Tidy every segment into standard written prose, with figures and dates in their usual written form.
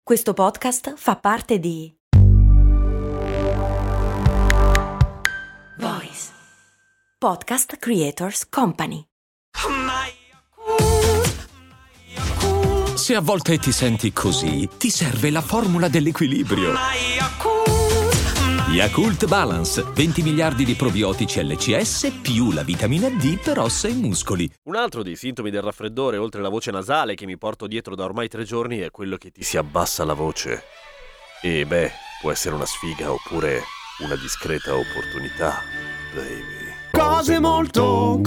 Questo podcast fa parte di Voice Podcast Creators Company. Se a volte ti senti così, ti serve la formula dell'equilibrio. Yakult Balance, 20 miliardi di probiotici LCS più la vitamina D per ossa e muscoli. Un altro dei sintomi del raffreddore, oltre la voce nasale che mi porto dietro da ormai 3 giorni, è quello che ti si abbassa la voce. E può essere una sfiga oppure una discreta opportunità, baby. Cose molto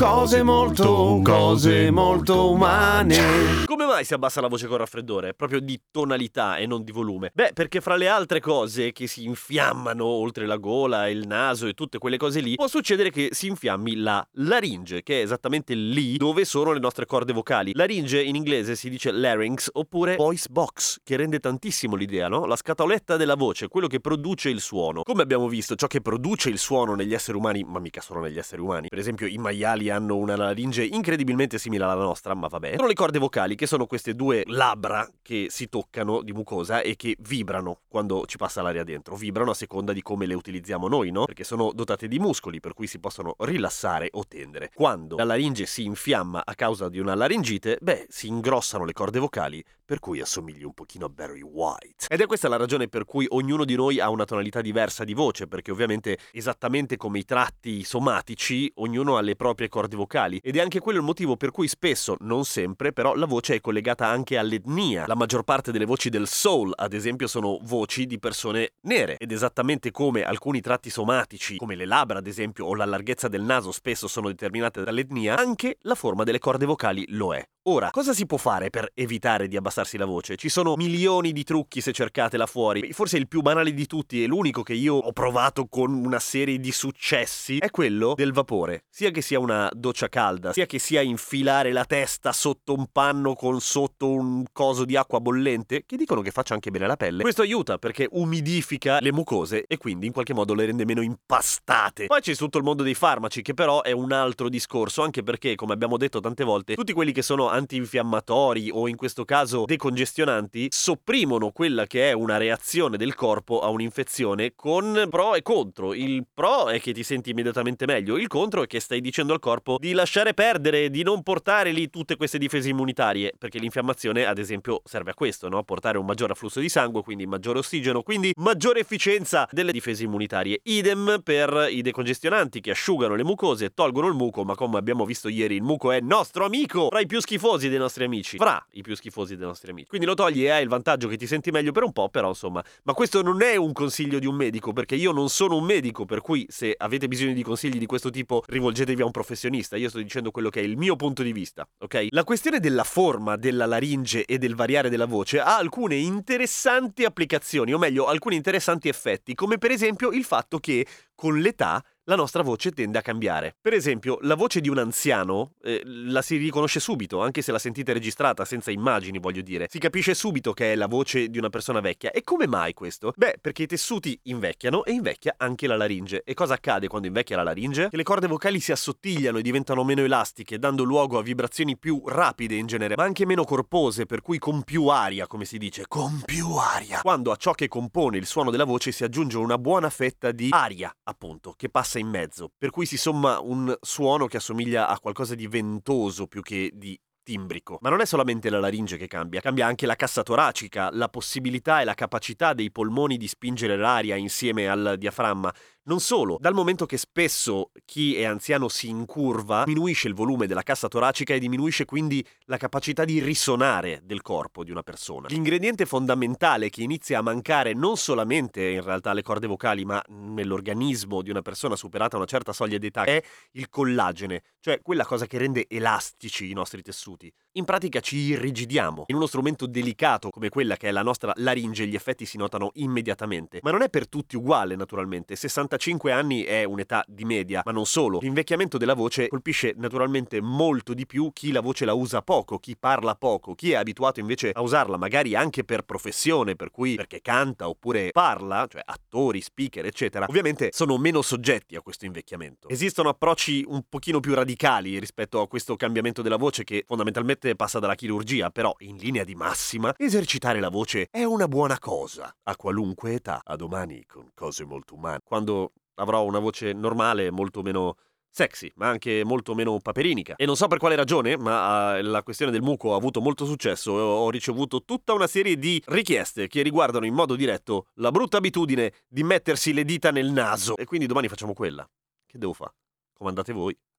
umane. Come mai si abbassa la voce col raffreddore? Proprio di tonalità e non di volume? Perché fra le altre cose che si infiammano, oltre la gola, il naso e tutte quelle cose lì, può succedere che si infiammi la laringe, che è esattamente lì dove sono le nostre corde vocali. Laringe in inglese si dice larynx oppure voice box, che rende tantissimo l'idea, no? La scatoletta della voce, quello che produce il suono. Come abbiamo visto, ciò che produce il suono negli esseri umani, ma mica solo negli esseri umani. Per esempio i maiali hanno una laringe incredibilmente simile alla nostra, ma vabbè. Sono le corde vocali, che sono queste due labbra che si toccano di mucosa e che vibrano quando ci passa l'aria dentro. Vibrano a seconda di come le utilizziamo noi, no? Perché sono dotate di muscoli, per cui si possono rilassare o tendere. Quando la laringe si infiamma a causa di una laringite, si ingrossano le corde vocali, per cui assomigli un pochino a Barry White. Ed è questa la ragione per cui ognuno di noi ha una tonalità diversa di voce, perché ovviamente esattamente come i tratti somatici, ognuno ha le proprie corde vocali. Ed è anche quello il motivo per cui spesso, non sempre, però la voce è collegata anche all'etnia. La maggior parte delle voci del soul, ad esempio, sono voci di persone nere. Ed esattamente come alcuni tratti somatici, come le labbra ad esempio, o la larghezza del naso spesso sono determinate dall'etnia, anche la forma delle corde vocali lo è. Ora, cosa si può fare per evitare di abbassarsi la voce? Ci sono milioni di trucchi se cercate là fuori. Forse il più banale di tutti e l'unico che io ho provato con una serie di successi è quello del vapore. Sia che sia una doccia calda, sia che sia infilare la testa sotto un panno con sotto un coso di acqua bollente, che dicono che faccia anche bene alla pelle. Questo aiuta perché umidifica le mucose e quindi in qualche modo le rende meno impastate. Poi c'è tutto il mondo dei farmaci, che però è un altro discorso, anche perché, come abbiamo detto tante volte, tutti quelli che sono antinfiammatori o in questo caso decongestionanti sopprimono quella che è una reazione del corpo a un'infezione con pro e contro. Il pro è che ti senti immediatamente meglio, il contro è che stai dicendo al corpo di lasciare perdere, di non portare lì tutte queste difese immunitarie, perché l'infiammazione ad esempio serve a questo, no? Portare un maggiore afflusso di sangue, quindi maggiore ossigeno, quindi maggiore efficienza delle difese immunitarie. Idem per i decongestionanti che asciugano le mucose e tolgono il muco, ma come abbiamo visto ieri il muco è nostro amico fra i più schifosi dei nostri amici, quindi lo togli e hai il vantaggio che ti senti meglio per un po', però insomma. Ma questo non è un consiglio di un medico, perché io non sono un medico, per cui se avete bisogno di consigli di questo tipo rivolgetevi a un professionista. Io sto dicendo quello che è il mio punto di vista, ok? La questione della forma della laringe e del variare della voce ha alcune interessanti applicazioni, o meglio alcuni interessanti effetti, come per esempio il fatto che con l'età la nostra voce tende a cambiare. Per esempio, la voce di un anziano la si riconosce subito, anche se la sentite registrata, senza immagini, voglio dire. Si capisce subito che è la voce di una persona vecchia. E come mai questo? Perché i tessuti invecchiano e invecchia anche la laringe. E cosa accade quando invecchia la laringe? Che le corde vocali si assottigliano e diventano meno elastiche, dando luogo a vibrazioni più rapide in genere, ma anche meno corpose, per cui con più aria, come si dice, con più aria. Quando a ciò che compone il suono della voce si aggiunge una buona fetta di aria, appunto, che passa in mezzo, per cui si somma un suono che assomiglia a qualcosa di ventoso più che di timbrico. Ma non è solamente la laringe che cambia anche la cassa toracica, la possibilità e la capacità dei polmoni di spingere l'aria insieme al diaframma. Non solo, dal momento che spesso chi è anziano si incurva, diminuisce il volume della cassa toracica e diminuisce quindi la capacità di risonare del corpo di una persona. L'ingrediente fondamentale che inizia a mancare non solamente in realtà alle corde vocali, ma nell'organismo di una persona superata una certa soglia d'età, è il collagene, cioè quella cosa che rende elastici i nostri tessuti. In pratica ci irrigidiamo. In uno strumento delicato come quella che è la nostra laringe gli effetti si notano immediatamente. Ma non è per tutti uguale, naturalmente. 65 anni è un'età di media, ma non solo. L'invecchiamento della voce colpisce naturalmente molto di più chi la voce la usa poco, chi parla poco, chi è abituato invece a usarla magari anche per professione, per cui perché canta oppure parla, cioè attori, speaker, eccetera, ovviamente sono meno soggetti a questo invecchiamento. Esistono approcci un pochino più radicali rispetto a questo cambiamento della voce che fondamentalmente virgolette passa dalla chirurgia, però in linea di massima esercitare la voce è una buona cosa, a qualunque età. A domani con cose molto umane. Quando avrò una voce normale, molto meno sexy, ma anche molto meno paperinica. E non so per quale ragione, ma la questione del muco ha avuto molto successo e ho ricevuto tutta una serie di richieste che riguardano in modo diretto la brutta abitudine di mettersi le dita nel naso. E quindi domani facciamo quella. Che devo fare? Comandate voi.